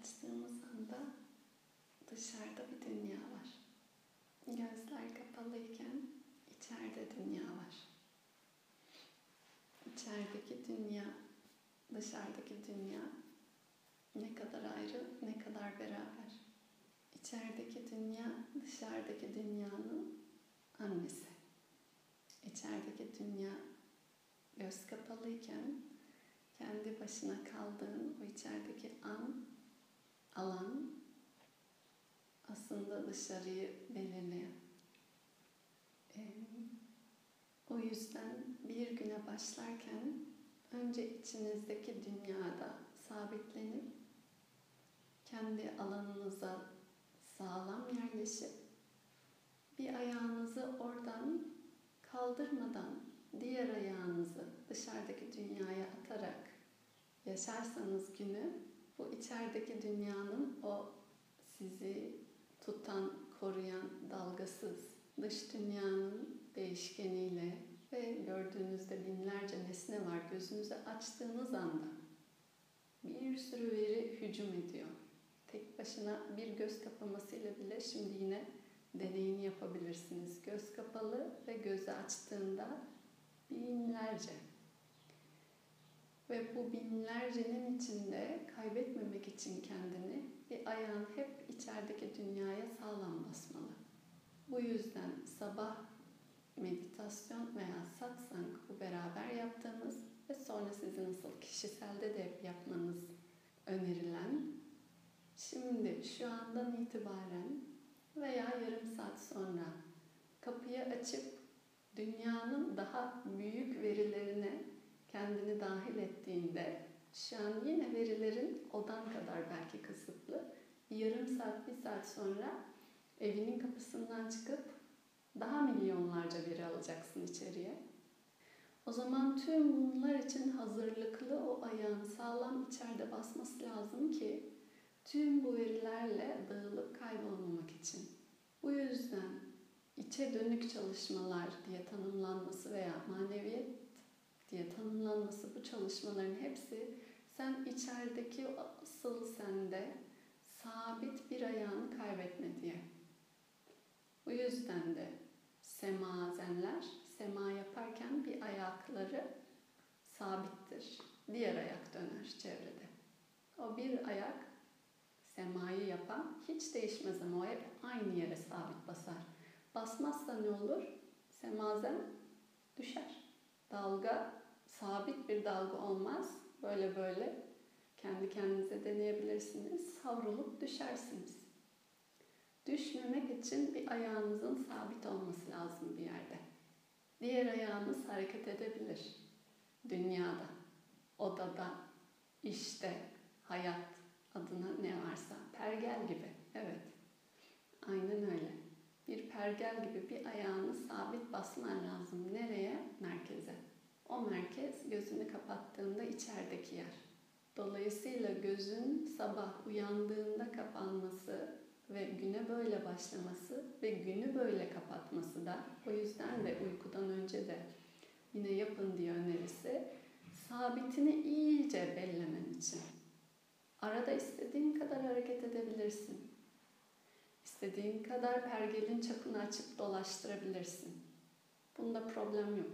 açtığımız anda dışarıda bir dünya var. Gözler kapalıyken içeride dünya var. İçerideki dünya, dışarıdaki dünya ne kadar ayrı, ne kadar beraber. İçerideki dünya, dışarıdaki dünyanın annesi. İçerideki dünya göz kapalıyken kendi başına kaldığın o içerideki alan aslında dışarıyı belirleyen. O yüzden bir güne başlarken önce içinizdeki dünyada sabitlenip kendi alanınıza sağlam yerleşip bir ayağınızı oradan kaldırmadan diğer ayağınızı dışarıdaki dünyaya atarak yaşarsanız günü, bu içerideki dünyanın o sizi tutan, koruyan, dalgasız dış dünyanın değişkeniyle ve gördüğünüzde binlerce nesne var. Gözünüzü açtığınız anda bir sürü veri hücum ediyor. Tek başına bir göz kapamasıyla bile şimdi yine deneyini yapabilirsiniz. Göz kapalı ve gözü açtığında binlerce. Ve bu binlercenin içinde kaybetmemek için kendini bir ayağın hep içerideki dünyaya sağlam basmalı. Bu yüzden sabah meditasyon veya satsang bu beraber yaptığımız ve sonra sizin nasıl kişiselde de hep yapmanız önerilen, şimdi şu andan itibaren veya yarım saat sonra kapıyı açıp dünyanın daha büyük verilerine kendini dahil ettiğinde, şu an yine verilerin odan kadar belki kısıtlı, yarım saat, bir saat sonra evinin kapısından çıkıp daha milyonlarca veri alacaksın içeriye. O zaman tüm bunlar için hazırlıklı o ayağın sağlam içeride basması lazım ki tüm bu verilerle dağılıp kaybolmamak için. Bu yüzden içe dönük çalışmalar diye tanımlanması veya maneviyat diye tanımlanması bu çalışmaların hepsi sen içerideki asıl sende sabit bir ayağını kaybetme diye. Bu yüzden de semazenler sema yaparken bir ayakları sabittir. Diğer ayak döner çevrede. O bir ayak semayı yapan hiç değişmez ama o hep aynı yere sabit basar. Basmazsa ne olur? Semazen düşer. Dalga sabit bir dalga olmaz. Böyle kendi kendinize deneyebilirsiniz. Savrulup düşersiniz. Düşmemek için bir ayağınızın sabit olması lazım bir yerde. Diğer ayağınız hareket edebilir. Dünyada, odada, işte, hayat adına ne varsa. Pergel gibi, evet. Aynen öyle. Bir pergel gibi bir ayağını sabit basman lazım. Nereye? Merkeze. O merkez gözünü kapattığında içerideki yer. Dolayısıyla gözün sabah uyandığında kapanması ve güne böyle başlaması ve günü böyle kapatması da, o yüzden de uykudan önce de yine yapın diye önerisi, sabitini iyice bellemen için. Arada istediğin kadar hareket edebilirsin. İstediğin kadar pergelin çapını açıp dolaştırabilirsin. Bunda problem yok.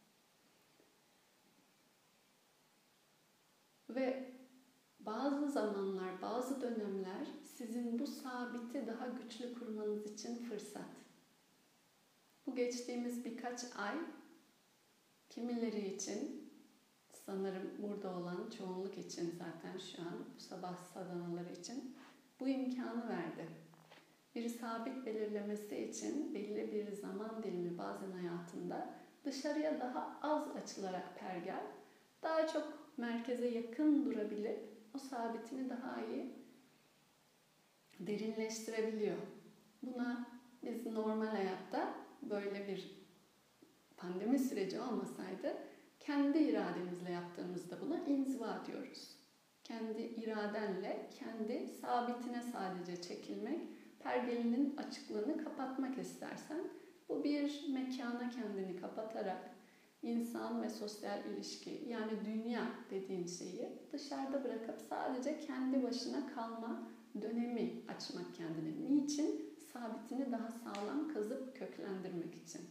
Ve bazı zamanlar, bazı dönemler sizin bu sabiti daha güçlü kurmanız için fırsat. Bu geçtiğimiz birkaç ay kimileri için, sanırım burada olan çoğunluk için zaten şu an bu sabah sadhanaları için bu imkanı verdi. Bir sabit belirlemesi için belli bir zaman dilimi bazen hayatında dışarıya daha az açılarak pergel, daha çok merkeze yakın durabilip o sabitini daha iyi derinleştirebiliyor. Buna biz normal hayatta böyle bir pandemi süreci olmasaydı kendi irademizle yaptığımızda buna inziva diyoruz. Kendi iradenle kendi sabitine sadece çekilmek, pergelinin açıklığını kapatmak istersen bu bir mekana kendini kapatarak İnsan ve sosyal ilişki, yani dünya dediğin şeyi dışarıda bırakıp sadece kendi başına kalma dönemi açmak kendine. Niçin? Sabitini daha sağlam kazıp köklendirmek için.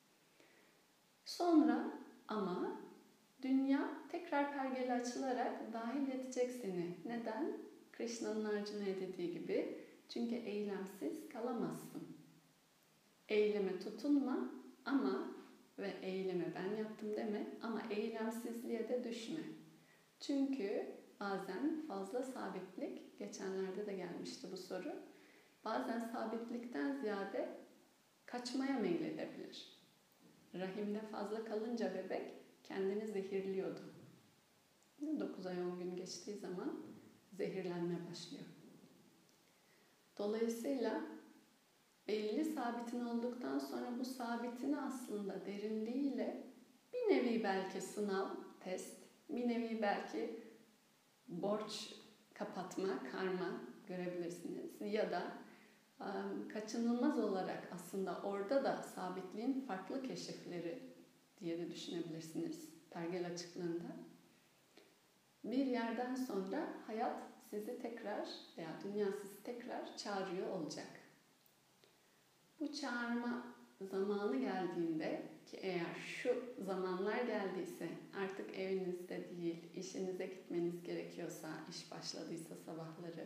Sonra ama dünya tekrar pergeli açılarak dahil edecek seni. Neden? Krishna'nın Arjuna'ya dediği gibi. Çünkü eylemsiz kalamazsın. Eyleme tutunma ama ve eyleme ben yaptım deme ama eylemsizliğe de düşme. Çünkü bazen fazla sabitlik, geçenlerde de gelmişti bu soru, bazen sabitlikten ziyade kaçmaya meyledebilir. Rahimde fazla kalınca bebek kendini zehirliyordu. 9 ay 10 gün geçtiği zaman zehirlenme başlıyor. Dolayısıyla belli sabitin olduktan sonra bu sabitini aslında derinliğiyle bir nevi belki sınav, test, bir nevi belki borç kapatma, karma görebilirsiniz. Ya da kaçınılmaz olarak aslında orada da sabitliğin farklı keşifleri diye de düşünebilirsiniz pergel açıklığında. Bir yerden sonra hayat sizi tekrar veya dünya sizi tekrar çağırıyor olacak. Bu çağırma zamanı geldiğinde ki eğer şu zamanlar geldiyse artık evinizde değil, işinize gitmeniz gerekiyorsa, iş başladıysa sabahları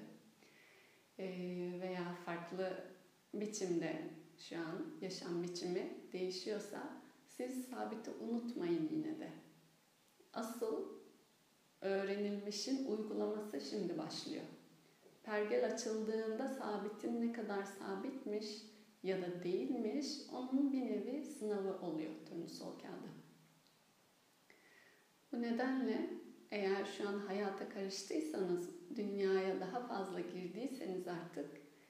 veya farklı biçimde şu an yaşam biçimi değişiyorsa siz sabiti unutmayın yine de. Asıl öğrenilmişin uygulaması şimdi başlıyor. Pergel açıldığında sabitin ne kadar sabitmiş ya da değilmiş, onun bir nevi sınavı oluyor turnusol kağıdı. Bu nedenle eğer şu an hayata karıştıysanız, dünyaya daha fazla girdiyseniz artık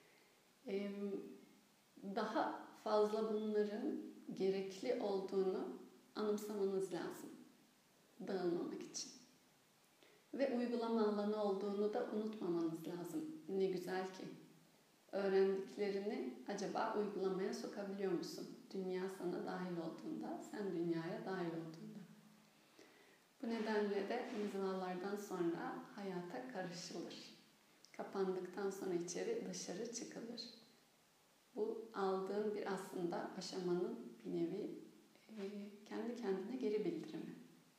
daha fazla bunların gerekli olduğunu anımsamanız lazım. Dağılmamak için. Ve uygulama alanı olduğunu da unutmamanız lazım. Ne güzel ki. Öğrendiklerini acaba uygulamaya sokabiliyor musun? Dünya sana dahil olduğunda, sen dünyaya dahil olduğunda. Bu nedenle de mizralardan sonra hayata karışılır. Kapandıktan sonra içeri dışarı çıkılır. Bu aldığın bir aslında aşamanın bir nevi kendi kendine geri bildirimi.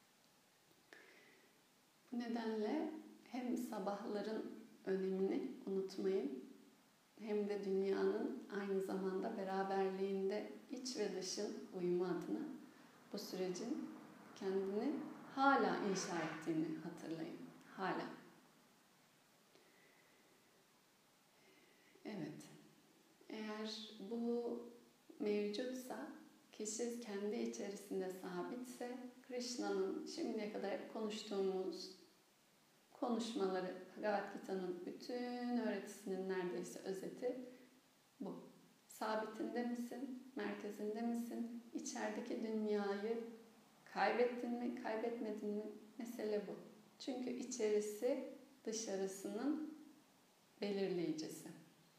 Bu nedenle hem sabahların önemini unutmayın, hem de dünyanın aynı zamanda beraberliğinde iç ve dışın uyumu adına bu sürecin kendini hala inşa ettiğini hatırlayın. Hala. Evet. Eğer bu mevcutsa, kişi kendi içerisinde sabitse, Krishna'nın şimdiye kadar hep konuştuğumuz konuşmaları, Bhagavad Gita'nın bütün öğretisinin neredeyse özeti bu. Sabitinde misin? Merkezinde misin? İçerideki dünyayı kaybettin mi, kaybetmedin mi? Mesele bu. Çünkü içerisi dışarısının belirleyicisi.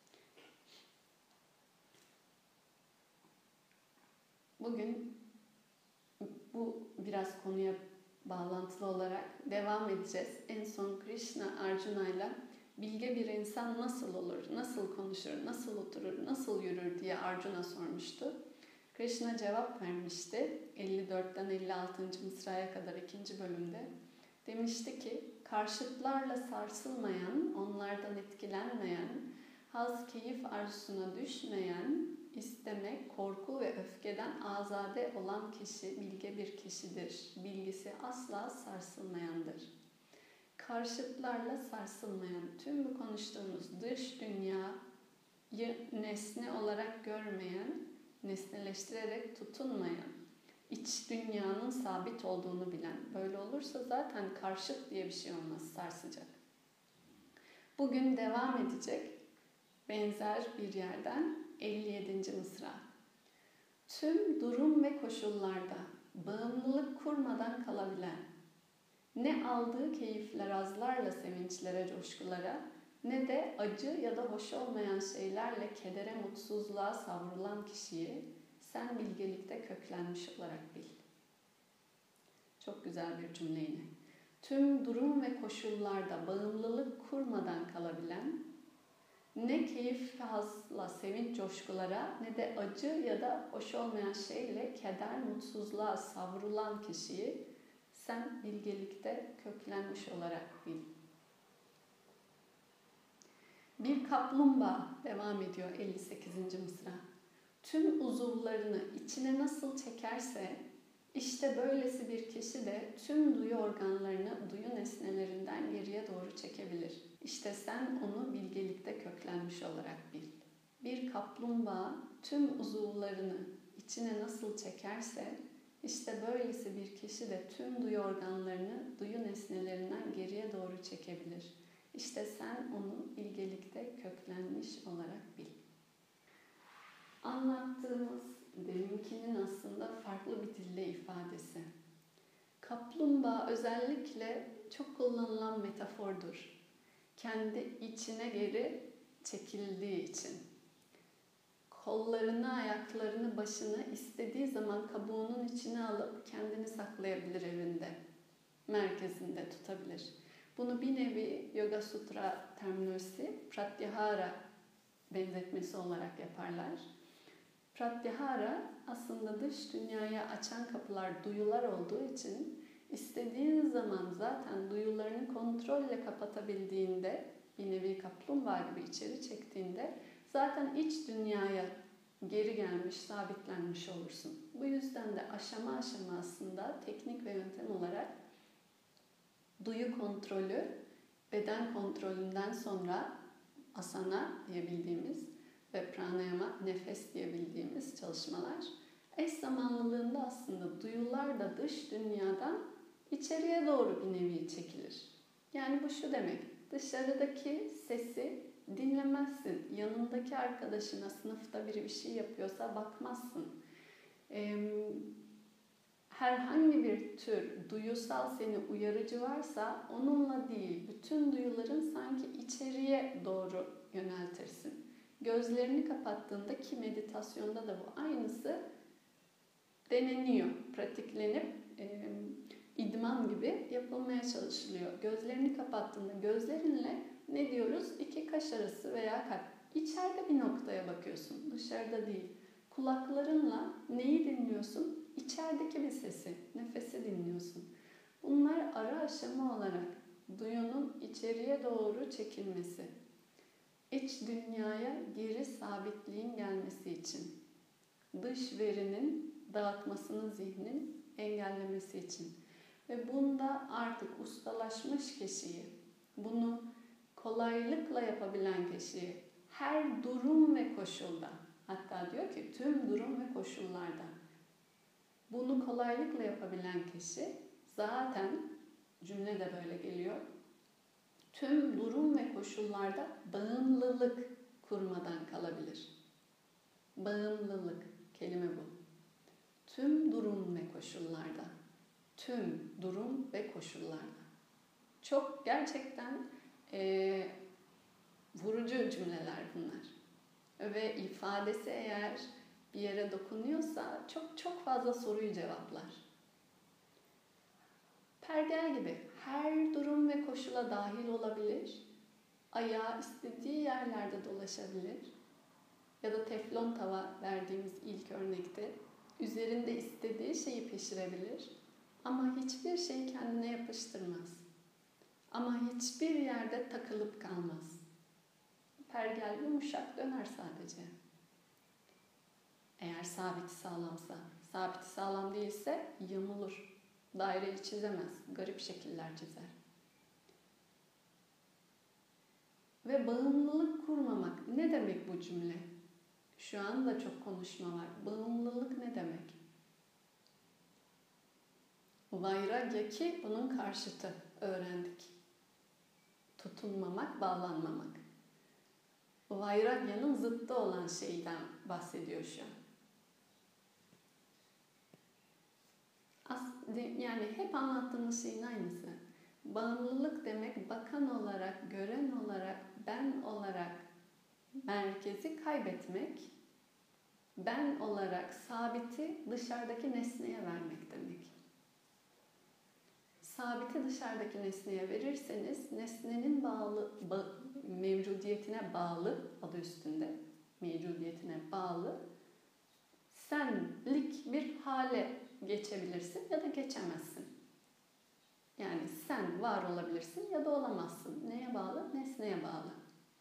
Bugün bu biraz konuya bağlantılı olarak devam edeceğiz. En son Krishna Arjuna'yla bilge bir insan nasıl olur, nasıl konuşur, nasıl oturur, nasıl yürür diye Arjuna sormuştu. Krishna cevap vermişti 54'ten 56. mısraya kadar 2. bölümde. Demişti ki, karşıtlarla sarsılmayan, onlardan etkilenmeyen, haz, keyif arzusuna düşmeyen, istemek, korku ve öfkeden azade olan kişi bilge bir kişidir. Bilgisi asla sarsılmayandır. Karşıtlarla sarsılmayan, tüm bu konuştuğumuz dış dünyayı nesne olarak görmeyen, nesneleştirerek tutunmayan, iç dünyanın sabit olduğunu bilen. Böyle olursa zaten karşıt diye bir şey olmaz, sarsacak. Bugün devam edecek benzer bir yerden 57. mısra. Tüm durum ve koşullarda bağımlılık kurmadan kalabilen, ne aldığı keyifler azlarla sevinçlere, coşkulara, ne de acı ya da hoş olmayan şeylerle kedere, mutsuzluğa savrulan kişiyi sen bilgelikte köklenmiş olarak bil. Çok güzel bir cümle yine. Tüm durum ve koşullarda bağımlılık kurmadan kalabilen, ne keyif, hazla, sevinç, coşkulara ne de acı ya da hoş olmayan şeyle keder, mutsuzluğa savrulan kişiyi sen bilgelikte köklenmiş olarak bil. Bir kaplumbağa, devam ediyor 58. mısra. Tüm uzuvlarını içine nasıl çekerse, işte böylesi bir kişi de tüm duyu organlarını duyu nesnelerinden geriye doğru çekebilir. İşte sen onu bilgelikte köklenmiş olarak bil. Bir kaplumbağa tüm uzuvlarını içine nasıl çekerse, işte böylesi bir kişi de tüm duyu organlarını duyu nesnelerinden geriye doğru çekebilir. İşte sen onu bilgelikte köklenmiş olarak bil. Anlattığımız deminkinin aslında farklı bir dille ifadesi. Kaplumbağa özellikle çok kullanılan metafordur. Kendi içine geri çekildiği için. Kollarını, ayaklarını, başını istediği zaman kabuğunun içine alıp kendini saklayabilir evinde. Merkezinde tutabilir. Bunu bir nevi Yoga Sutra terminolojisi Pratyahara benzetmesi olarak yaparlar. Pratyahara aslında dış dünyaya açan kapılar duyular olduğu için istediğin zaman zaten duyularını kontrolle kapatabildiğinde, bir nevi kaplumbağa gibi içeri çektiğinde zaten iç dünyaya geri gelmiş, sabitlenmiş olursun. Bu yüzden de aşama aşama aslında teknik ve yöntem olarak duyu kontrolü, beden kontrolünden sonra asana diyebildiğimiz ve pranayama, nefes diyebildiğimiz çalışmalar eş zamanlılığında aslında duyular da dış dünyadan içeriye doğru bir nevi çekilir. Yani bu şu demek, dışarıdaki sesi dinlemezsin. Yanındaki arkadaşına, sınıfta biri bir şey yapıyorsa bakmazsın. Herhangi bir tür duyusal seni uyarıcı varsa onunla değil, bütün duyuların sanki içeriye doğru yöneltirsin. Gözlerini kapattığında, ki meditasyonda da bu aynısı deneniyor, pratiklenip idman gibi yapılmaya çalışılıyor. Gözlerini kapattığında gözlerinle ne diyoruz? İki kaş arası veya kalp. İçeride bir noktaya bakıyorsun, dışarıda değil. Kulaklarınla neyi dinliyorsun? İçerideki bir sesi, nefesi dinliyorsun. Bunlar ara aşama olarak duyunun içeriye doğru çekilmesi. İç dünyaya geri sabitliğin gelmesi için. Dış verinin dağıtmasını zihnin engellemesi için. Ve bunda artık ustalaşmış kişiyi, bunu kolaylıkla yapabilen kişiyi, her durum ve koşulda, hatta diyor ki tüm durum ve koşullarda, bunu kolaylıkla yapabilen kişi zaten, cümle de böyle geliyor, tüm durum ve koşullarda bağımlılık kurmadan kalabilir. Bağımlılık, kelime bu. Tüm durum ve koşullarda, tüm durum ve koşullarda. Çok gerçekten vurucu cümleler bunlar. Ve ifadesi eğer bir yere dokunuyorsa çok fazla soruyu cevaplar. Pergel gibi her durum ve koşula dahil olabilir. Ayağı istediği yerlerde dolaşabilir. Ya da teflon tava verdiğimiz ilk örnekte üzerinde istediği şeyi pişirebilir. Ama hiçbir şeyi kendine yapıştırmaz. Ama hiçbir yerde takılıp kalmaz. Pergel yumuşak döner sadece. Eğer sabiti sağlamsa, sabiti sağlam değilse yamulur. Daireyi çizemez, garip şekiller çizer. Ve bağımlılık kurmamak, ne demek bu cümle? Şu anda çok konuşma var. Bağımlılık ne demek? Vairagya, ki bunun karşıtı, öğrendik. Tutunmamak, bağlanmamak. Vairagya'nın zıttı olan şeyden bahsediyor şu an. Yani hep anlattığımız şeyin aynısı. Bağımlılık demek bakan olarak, gören olarak, ben olarak merkezi kaybetmek, ben olarak sabiti dışarıdaki nesneye vermek demek. saati dışarıdaki nesneye verirseniz nesnenin mevcudiyetine bağlı, adı üstünde mevcudiyetine bağlı senlik bir hale geçebilirsin ya da geçemezsin. Yani sen var olabilirsin ya da olamazsın. Neye bağlı? Nesneye bağlı.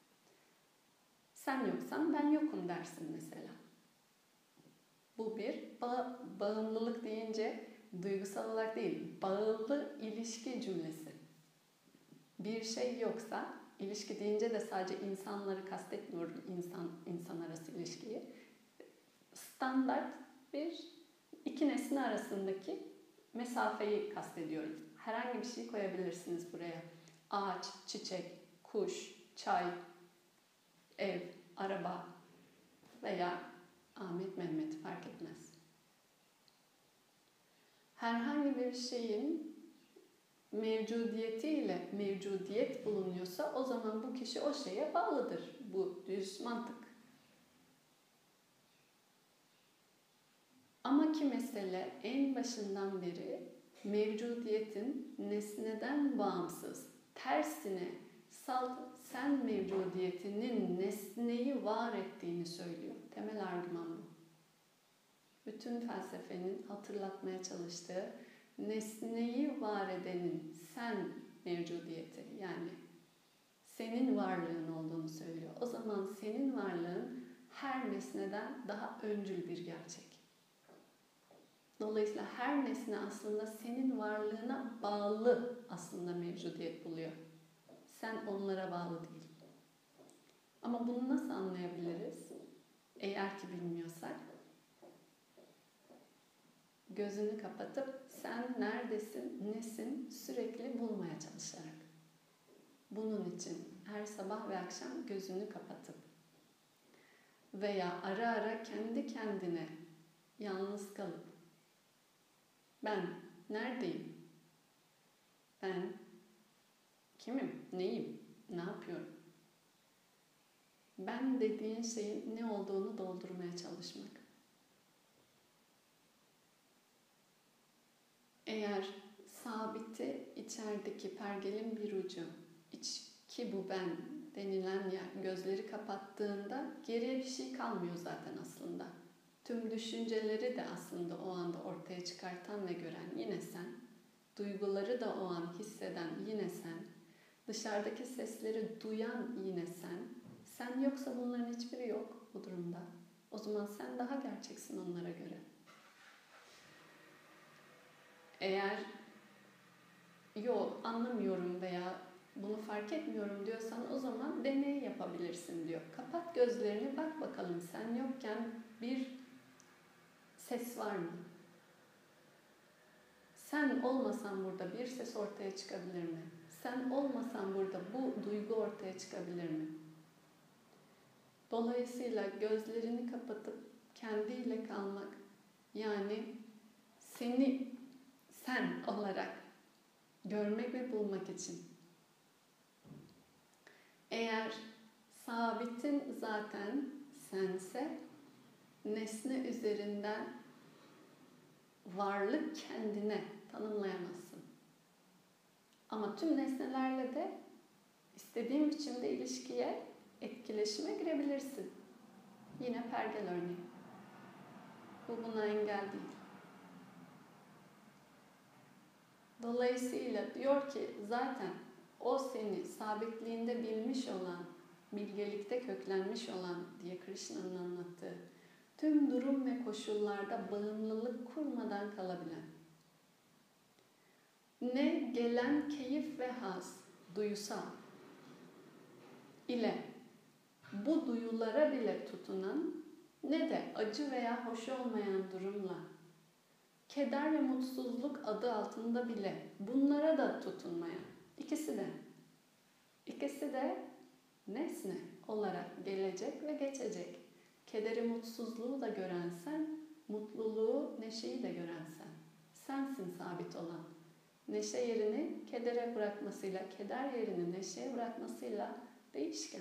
Sen yoksan ben yokum dersin mesela. Bu bir bağımlılık deyince duygusal olarak değil, bağlı ilişki cümlesi. Bir şey yoksa, ilişki deyince de sadece insanları kastetmiyorum, insan arası ilişkiyi. Standart iki nesne arasındaki mesafeyi kastediyorum. Herhangi bir şey koyabilirsiniz buraya. Ağaç, çiçek, kuş, çay, ev, araba veya Ahmet, Mehmet fark etmez. Herhangi bir şeyin mevcudiyetiyle mevcudiyet bulunuyorsa o zaman bu kişi o şeye bağlıdır. Bu düz mantık. Ama ki mesele en başından beri mevcudiyetin nesneden bağımsız, tersine sen mevcudiyetinin nesneyi var ettiğini söylüyor. Temel argüman bu. Bütün felsefenin hatırlatmaya çalıştığı nesneyi var edenin sen mevcudiyeti, yani senin varlığın olduğunu söylüyor. O zaman senin varlığın her nesneden daha öncül bir gerçek. Dolayısıyla her nesne aslında senin varlığına bağlı aslında mevcudiyet buluyor. Sen onlara bağlı değil. Ama bunu nasıl anlayabiliriz? Eğer ki bilmiyorsak. Gözünü kapatıp sen neredesin, nesin sürekli bulmaya çalışarak. Bunun için her sabah ve akşam gözünü kapatıp veya ara ara kendi kendine yalnız kalıp ben neredeyim? Ben kimim? Neyim? Ne yapıyorum? Ben dediğin şeyin ne olduğunu doldurmaya çalışmak. Eğer sabiti içerideki pergelin bir ucu, ki bu ben denilen yer gözleri kapattığında geriye bir şey kalmıyor zaten aslında. Tüm düşünceleri de aslında o anda ortaya çıkartan ve gören yine sen, duyguları da o an hisseden yine sen, dışarıdaki sesleri duyan yine sen. Sen yoksa bunların hiçbiri yok bu durumda. O zaman sen daha gerçeksin onlara göre. Eğer yok anlamıyorum veya bunu fark etmiyorum diyorsan o zaman deney yapabilirsin diyor. Kapat gözlerini, bak bakalım sen yokken bir ses var mı? Sen olmasan burada bir ses ortaya çıkabilir mi? Sen olmasan burada bu duygu ortaya çıkabilir mi? Dolayısıyla gözlerini kapatıp kendiyle kalmak, yani seni sen olarak görmek ve bulmak için. Eğer sabitin zaten sense, nesne üzerinden varlık kendine tanımlayamazsın. Ama tüm nesnelerle de istediğin biçimde ilişkiye, etkileşime girebilirsin. Yine pergel örneği. Bu buna engel değil. Dolayısıyla diyor ki zaten o seni sabitliğinde bilmiş olan, bilgelikte köklenmiş olan diye Krishna'nın anlattığı tüm durum ve koşullarda bağımlılık kurmadan kalabilen, ne gelen keyif ve haz, duyusal ile bu duyulara bile tutunan, ne de acı veya hoş olmayan durumla, keder ve mutsuzluk adı altında bile bunlara da tutunmayan, ikisi de nesne olarak gelecek ve geçecek. Kederi, mutsuzluğu da gören sen, mutluluğu, neşeyi de gören sen. Sensin sabit olan. Neşe yerini kedere bırakmasıyla, keder yerini neşeye bırakmasıyla değişken.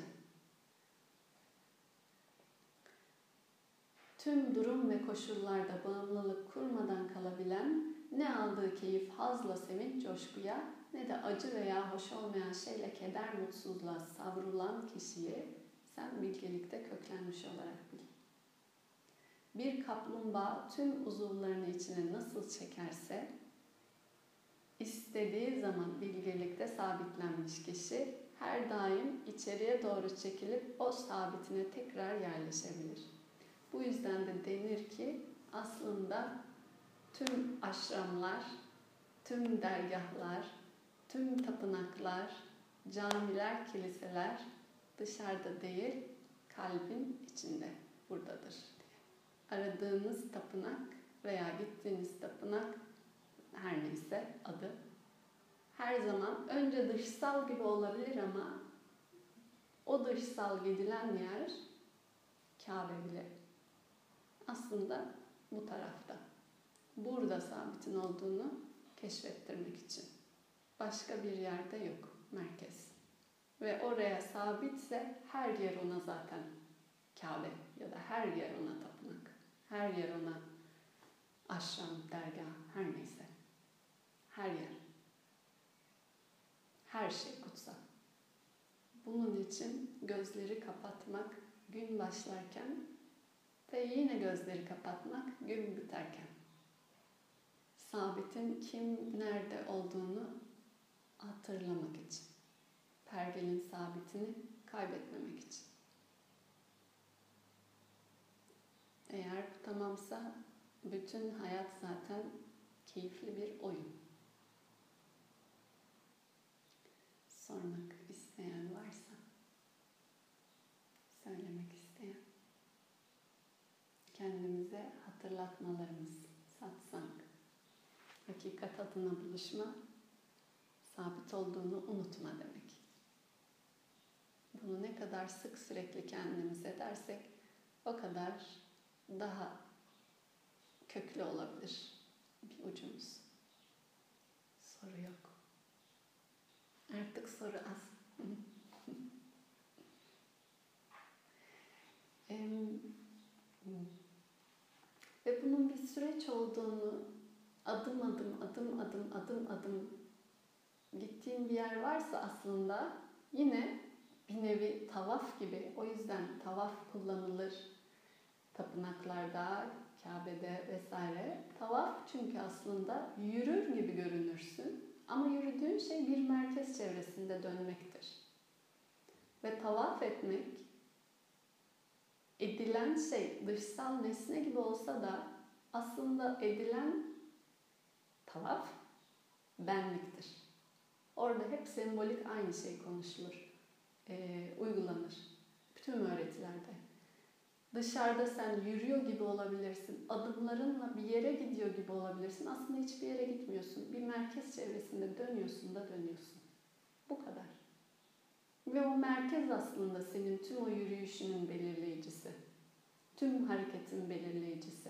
Tüm durum ve koşullarda bağımlılık kurmadan kalabilen ne aldığı keyif, hazla, sevinç, coşkuya ne de acı veya hoş olmayan şeyle keder, mutsuzluğa savrulan kişiyi sen bilgelikte köklenmiş olarak bil. Bir kaplumbağa tüm uzuvlarını içine nasıl çekerse, istediği zaman bilgelikte sabitlenmiş kişi her daim içeriye doğru çekilip o sabitine tekrar yerleşebilir. Bu yüzden de denir ki aslında tüm aşramlar, tüm dergahlar, tüm tapınaklar, camiler, kiliseler dışarıda değil, kalbin içinde, buradadır diye. Aradığınız tapınak veya gittiğiniz tapınak, her neyse adı, her zaman önce dışsal gibi olabilir ama o dışsal gidilen yer, Kabe bile aslında bu tarafta. Burada sabitin olduğunu keşfettirmek için. Başka bir yerde yok merkez. Ve oraya sabitse her yer ona zaten Kabe ya da her yer ona tapınak. Her yer ona aşram, dergah, her neyse. Her yer. Her şey kutsal. Bunun için gözleri kapatmak gün başlarken ve yine gözleri kapatmak gün biterken. Sabitin kim, nerede olduğunu hatırlamak için. Pergel'in sabitini kaybetmemek için. Eğer bu tamamsa bütün hayat zaten keyifli bir oyun. Sormak isteyen varsa, söylemek isteyen, kendimize hatırlatmalarımız, satsang, hakikat adına buluşma, sabit olduğunu unutma demek. Bunu ne kadar sık sürekli kendimize dersek o kadar daha köklü olabilir bir ucumuz. Soru yok. Artık soru az. Ve bunun bir süreç olduğunu adım adım gittiğim bir yer varsa aslında yine bir nevi tavaf gibi. O yüzden tavaf kullanılır tapınaklarda, Kabe'de vesaire. Tavaf çünkü aslında yürür gibi görünürsün ama yürüdüğün şey bir merkez çevresinde dönmektir. Ve tavaf etmek, edilen şey dışsal nesne gibi olsa da aslında edilen tavaf benliktir. Orada hep sembolik aynı şey konuşulur, uygulanır. Bütün öğretilerde. Dışarıda sen yürüyor gibi olabilirsin, adımlarınla bir yere gidiyor gibi olabilirsin. Aslında hiçbir yere gitmiyorsun. Bir merkez çevresinde dönüyorsun da dönüyorsun. Bu kadar. Ve o merkez aslında senin tüm o yürüyüşünün belirleyicisi. Tüm hareketin belirleyicisi.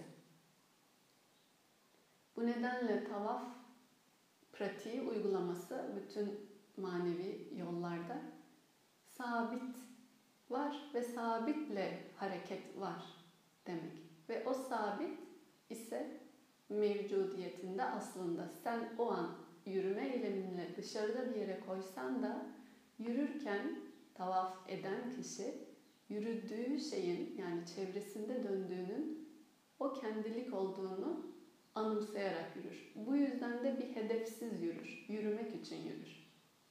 Bu nedenle tavaf pratiği uygulaması bütün manevi yollarda sabit var ve sabitle hareket var demek. Ve o sabit ise mevcudiyetinde aslında sen o an yürüme eyleminle dışarıda bir yere koysan da yürürken tavaf eden kişi yürüdüğü şeyin yani çevresinde döndüğünün o kendilik olduğunu anımsayarak yürür. Bu yüzden de bir hedefsiz yürür. Yürümek için yürür.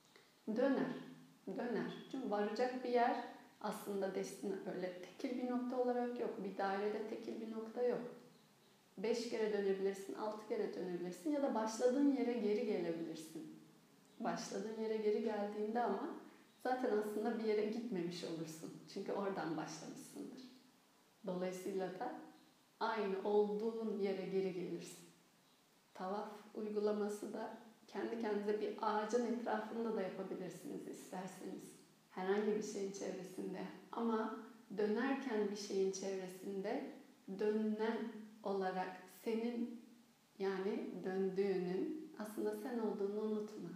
Döner. Çünkü varacak bir yer aslında öyle tekil bir nokta olarak yok. Bir dairede tekil bir nokta yok. 5 kere dönebilirsin, 6 kere dönebilirsin ya da başladığın yere geri gelebilirsin. Başladığın yere geri geldiğinde ama zaten aslında bir yere gitmemiş olursun. Çünkü oradan başlamışsındır. Dolayısıyla da aynı olduğun yere geri gelirsin. Tavaf uygulaması da kendi kendinize bir ağacın etrafında da yapabilirsiniz isterseniz. Herhangi bir şeyin çevresinde. Ama dönerken bir şeyin çevresinde dönen olarak senin yani döndüğünün aslında sen olduğunu unutma.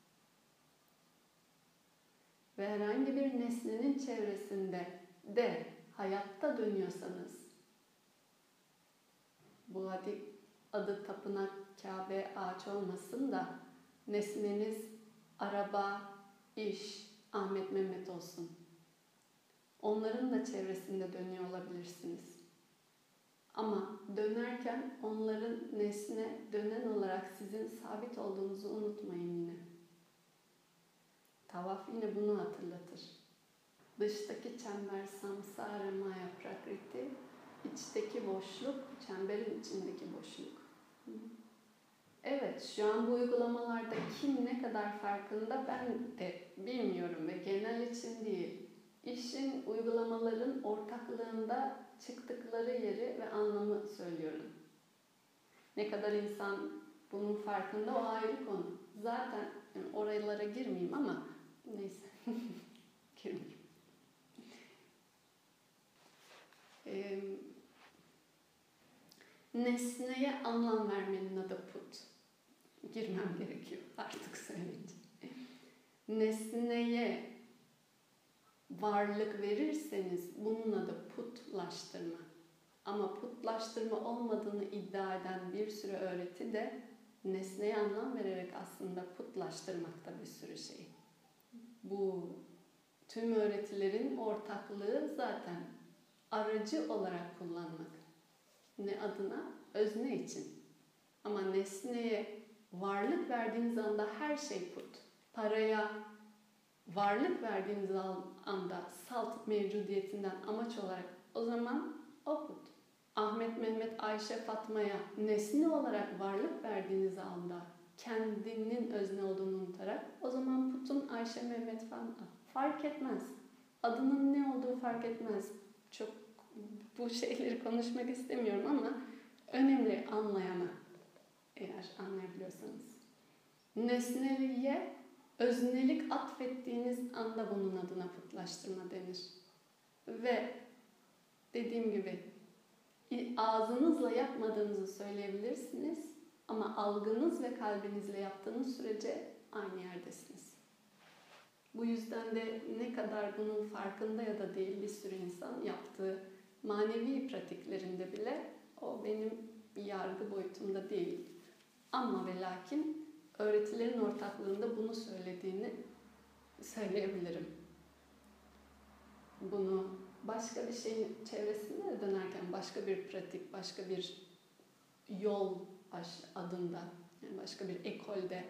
Ve herhangi bir nesnenin çevresinde de hayatta dönüyorsanız bu adı tapınak, Kabe, ağaç olmasın da nesneniz araba, iş, Ahmet Mehmet olsun. Onların da çevresinde dönüyor olabilirsiniz. Ama dönerken onların nesne dönen olarak sizin sabit olduğunuzu unutmayın yine. Tavaf yine bunu hatırlatır. Dıştaki çember samsara maya prakriti, içteki boşluk, çemberin içindeki boşluk. Evet, şu an bu uygulamalarda kim ne kadar farkında ben de bilmiyorum ve genel için değil. İşin, uygulamaların ortaklığında çıktıkları yeri ve anlamı söylüyorum. Ne kadar insan bunun farkında o ayrı konu. Zaten yani oralara girmeyeyim ama neyse girmeyeyim. Nesneye anlam vermenin adı put. Girmem gerekiyor artık söyleyince. Nesneye varlık verirseniz bunun adı putlaştırma. Ama putlaştırma olmadığını iddia eden bir sürü öğreti de nesneye anlam vererek aslında putlaştırmakta bir sürü şey. Bu tüm öğretilerin ortaklığı zaten aracı olarak kullanmak. Ne adına? Özne için. Ama nesneye varlık verdiğiniz anda her şey put. Paraya varlık verdiğiniz anda salt mevcudiyetinden amaç olarak o zaman o put. Ahmet, Mehmet, Ayşe, Fatma'ya nesne olarak varlık verdiğiniz anda kendinin özne olduğunu unutarak o zaman putun Ayşe, Mehmet falan fark etmez. Adının ne olduğu fark etmez. Çok bu şeyleri konuşmak istemiyorum ama önemli anlayana eğer anlayabiliyorsanız. Nesneliğe öznelik atfettiğiniz anda bunun adına putlaştırma denir. Ve dediğim gibi ağzınızla yapmadığınızı söyleyebilirsiniz ama algınız ve kalbinizle yaptığınız sürece aynı yerdesiniz. Bu yüzden de ne kadar bunun farkında ya da değil bir sürü insan yaptığı manevi pratiklerinde bile o benim bir yargı boyutumda değil. Ama ve lakin öğretilerin ortaklığında bunu söylediğini söyleyebilirim. Bunu başka bir şeyin çevresinde de dönerken başka bir pratik, başka bir yol adında, yani başka bir ekolde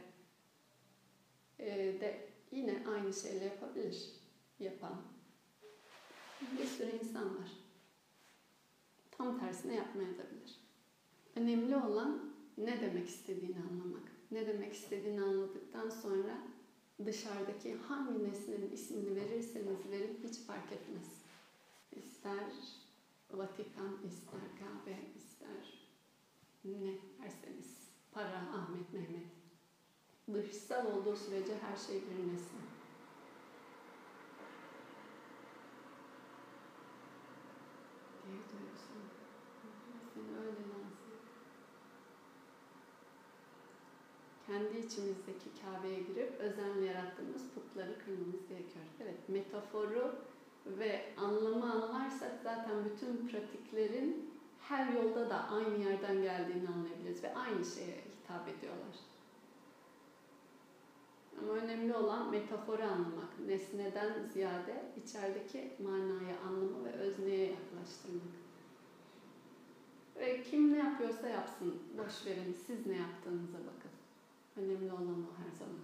de yine aynı şeyle yapabilir, yapan bir sürü insan var. Tam tersine yapmayabilir. Önemli olan ne demek istediğini anlamak. Ne demek istediğini anladıktan sonra dışarıdaki hangi nesnenin ismini verirseniz verin hiç fark etmez. İster Vatikan, ister Kabe, ister ne derseniz. Para, Ahmet, Mehmet. Dışsal olduğu sürece her şey bir nesne. Diye duyuyorsun. Seni öyle lanse. Kendi içimizdeki Kabe'ye girip özenle yarattığımız putları kırmamız gerekiyor. Evet, metaforu ve anlamı anlarsak zaten bütün pratiklerin her yolda da aynı yerden geldiğini anlayabiliriz ve aynı şeye hitap ediyorlar. Ama önemli olan metaforu anlamak, nesneden ziyade içerideki manayı, anlamı ve özneye yaklaştırmak. Ve kim ne yapıyorsa yapsın, boş verin, siz ne yaptığınıza bakın. Önemli olan o her zaman.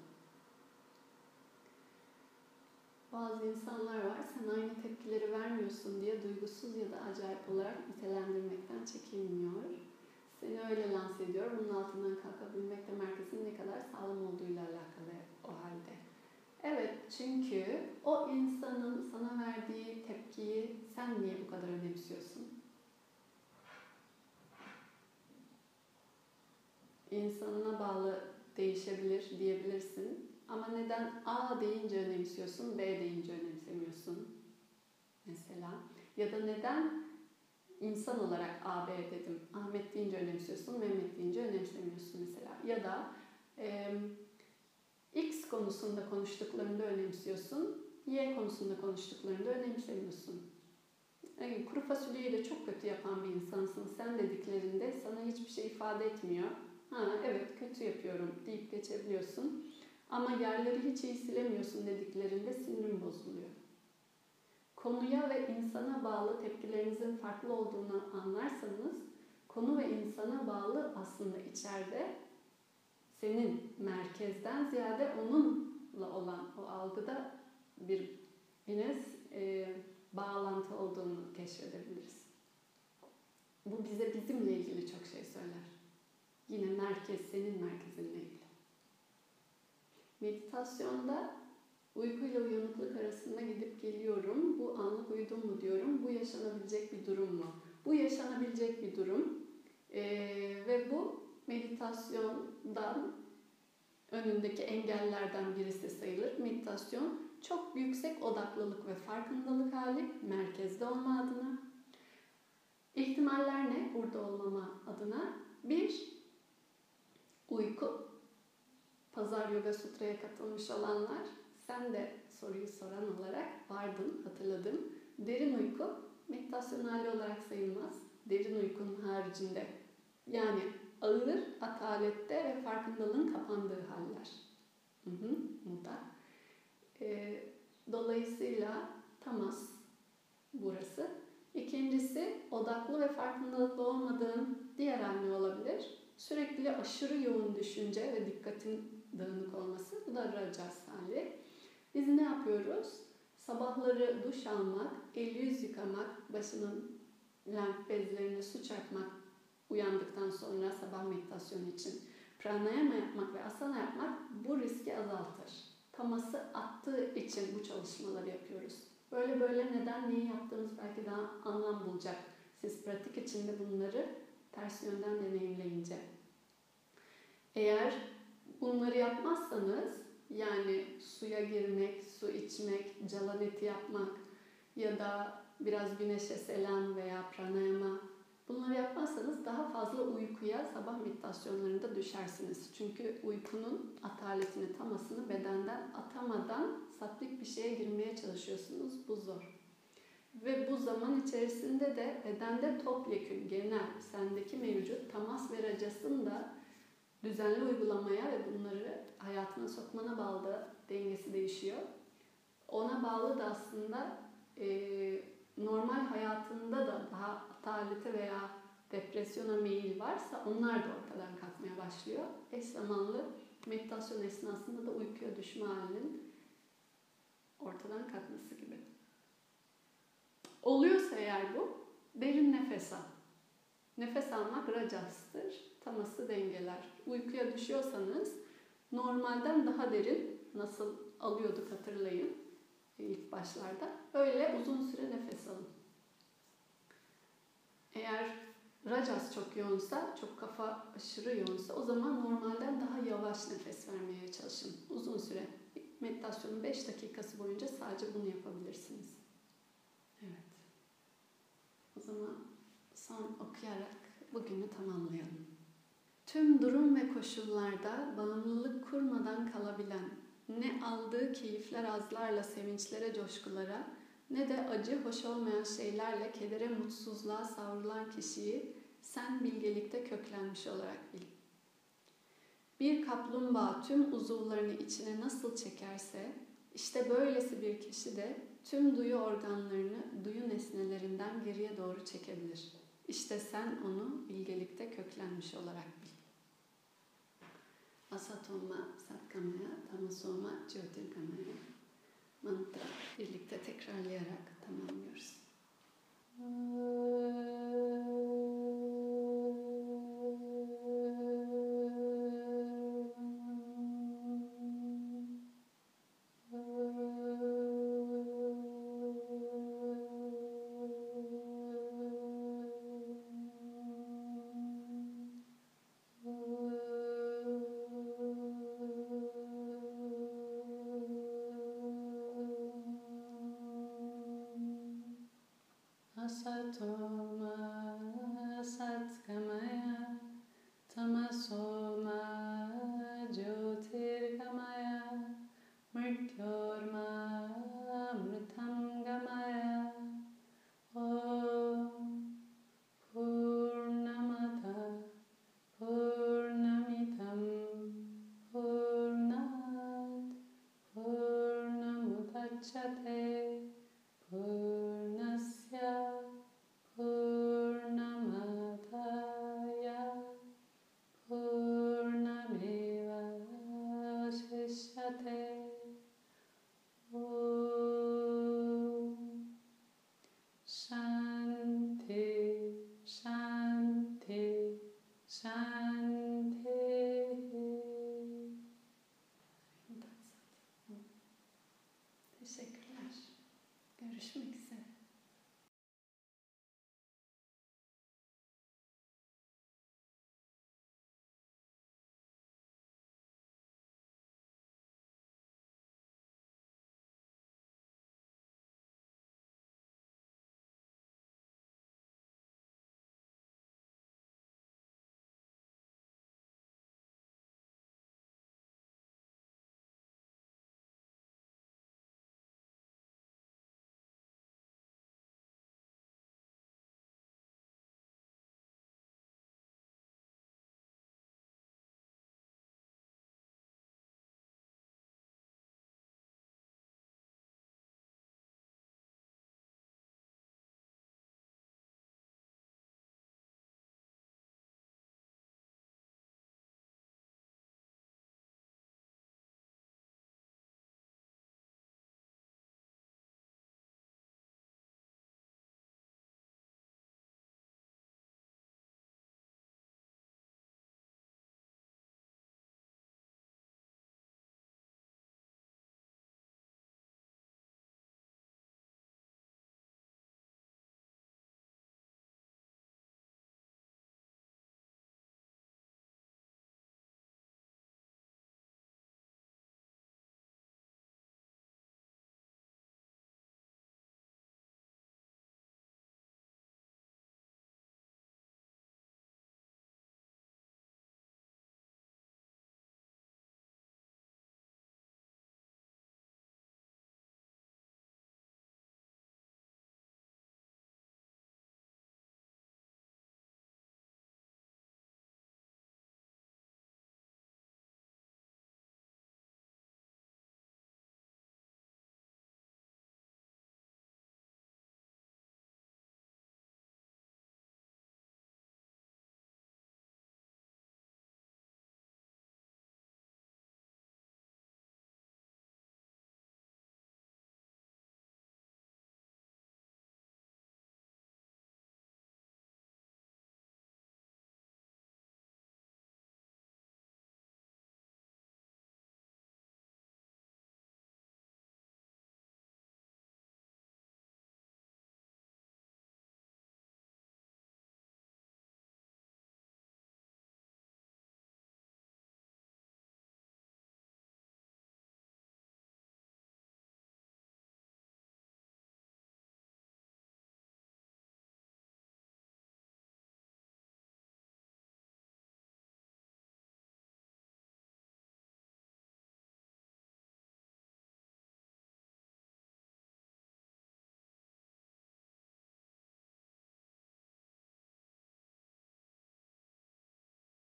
Bazı insanlar var, sen aynı tepkileri vermiyorsun diye duygusuz ya da acayip olarak nitelendirmekten çekinmiyor. Seni öyle lanse ediyor, bunun altından kalkabilmek de merkezin ne kadar sağlam olduğuyla alakalı o halde. Evet, çünkü o insanın sana verdiği tepkiyi sen niye bu kadar önemsiyorsun? İnsanına bağlı değişebilir diyebilirsin. Ama neden A deyince önemsiyorsun, B deyince önemsemiyorsun? Mesela. Ya da neden insan olarak A, B dedim. Ahmet deyince önemsiyorsun, Mehmet deyince önemsemiyorsun mesela. Ya da X konusunda konuştuklarında önemsiyorsun, Y konusunda konuştuklarında önemsemiyorsun. Kuru fasulyeyi de çok kötü yapan bir insansın. Sen dediklerinde sana hiçbir şey ifade etmiyor. Evet kötü yapıyorum deyip geçebiliyorsun. Ama yerleri hiç iyi silemiyorsun dediklerinde sinirim bozuluyor. Konuya ve insana bağlı tepkilerinizin farklı olduğunu anlarsanız, konu ve insana bağlı aslında içeride senin merkezden ziyade onunla olan o algıda bir bağlantı olduğunu keşfedebiliriz. Bu bize bizimle ilgili çok şey söyler. Yine merkez senin merkezinle ilgili. Meditasyonda uykuyla uyanıklık arasında gidip geliyorum. Bu anlık uyudum mu diyorum. Bu yaşanabilecek bir durum mu? Bu yaşanabilecek bir durum. Ve bu meditasyondan önündeki engellerden birisi sayılır. Meditasyon çok yüksek odaklılık ve farkındalık hali, merkezde olma adına. İhtimaller ne burada olmama adına? 1. Uyku. Pazar Yoga Sutra'ya katılmış olanlar, sen de soruyu soran olarak vardın, hatırladım. Derin uyku meditasyon hali olarak sayılmaz. Derin uykunun haricinde, yani ağır atalette ve farkındalığın kapandığı haller. Muda. Dolayısıyla tamas burası. İkincisi, odaklı ve farkındalıklı olmadığın diğer hal ne olabilir? Sürekli aşırı yoğun düşünce ve dikkatin dağınık olması. Bu da rajas hali. Biz ne yapıyoruz? Sabahları duş almak, el yüz yıkamak, başının lenf bezlerine su çarpmak, uyandıktan sonra sabah meditasyonu için pranayama yapmak ve asana yapmak bu riski azaltır. Taması attığı için bu çalışmaları yapıyoruz. Böyle neden neyi yaptığımız belki daha anlam bulacak. Siz pratik içinde bunları ters yönden deneyimleyince. Eğer bunları yapmazsanız, yani suya girmek, su içmek, calaneti yapmak ya da biraz güneşe selam veya pranayama, bunları yapmazsanız daha fazla uykuya sabah meditasyonlarında düşersiniz. Çünkü uykunun ataletini, tamasını bedenden atamadan sattvik bir şeye girmeye çalışıyorsunuz. Bu zor. Ve bu zaman içerisinde de bedende topyekün, genel, sendeki mevcut tamas ve racasın da düzenli uygulamaya ve bunları hayatına sokmana bağlı dengesi değişiyor. Ona bağlı da aslında normal hayatında da daha atalete veya depresyona meyil varsa onlar da ortadan kalkmaya başlıyor. Eş zamanlı meditasyon esnasında da uykuya düşme halinin ortadan kalkması gibi. Oluyorsa eğer bu, derin nefes al. Nefes almak racastır, taması dengeler. Uykuya düşüyorsanız normalden daha derin, nasıl alıyorduk hatırlayın ilk başlarda. Öyle uzun süre nefes alın. Eğer rajas çok yoğunsa, çok kafa aşırı yoğunsa o zaman normalden daha yavaş nefes vermeye çalışın. Uzun süre. Meditasyonun 5 dakikası boyunca sadece bunu yapabilirsiniz. Evet. O zaman son okuyarak bugünü tamamlayalım. Tüm durum ve koşullarda bağımlılık kurmadan kalabilen, ne aldığı keyifler azlarla sevinçlere, coşkulara, ne de acı, hoş olmayan şeylerle kedere, mutsuzluğa savrulan kişiyi sen bilgelikte köklenmiş olarak bil. Bir kaplumbağa tüm uzuvlarını içine nasıl çekerse, işte böylesi bir kişi de tüm duyu organlarını duyu nesnelerinden geriye doğru çekebilir. İşte sen onu bilgelikte köklenmiş olarak bil. Asatoma Satgamaya, Tamasoma Jyotirgamaya mantra birlikte tekrarlayarak tamamlıyoruz.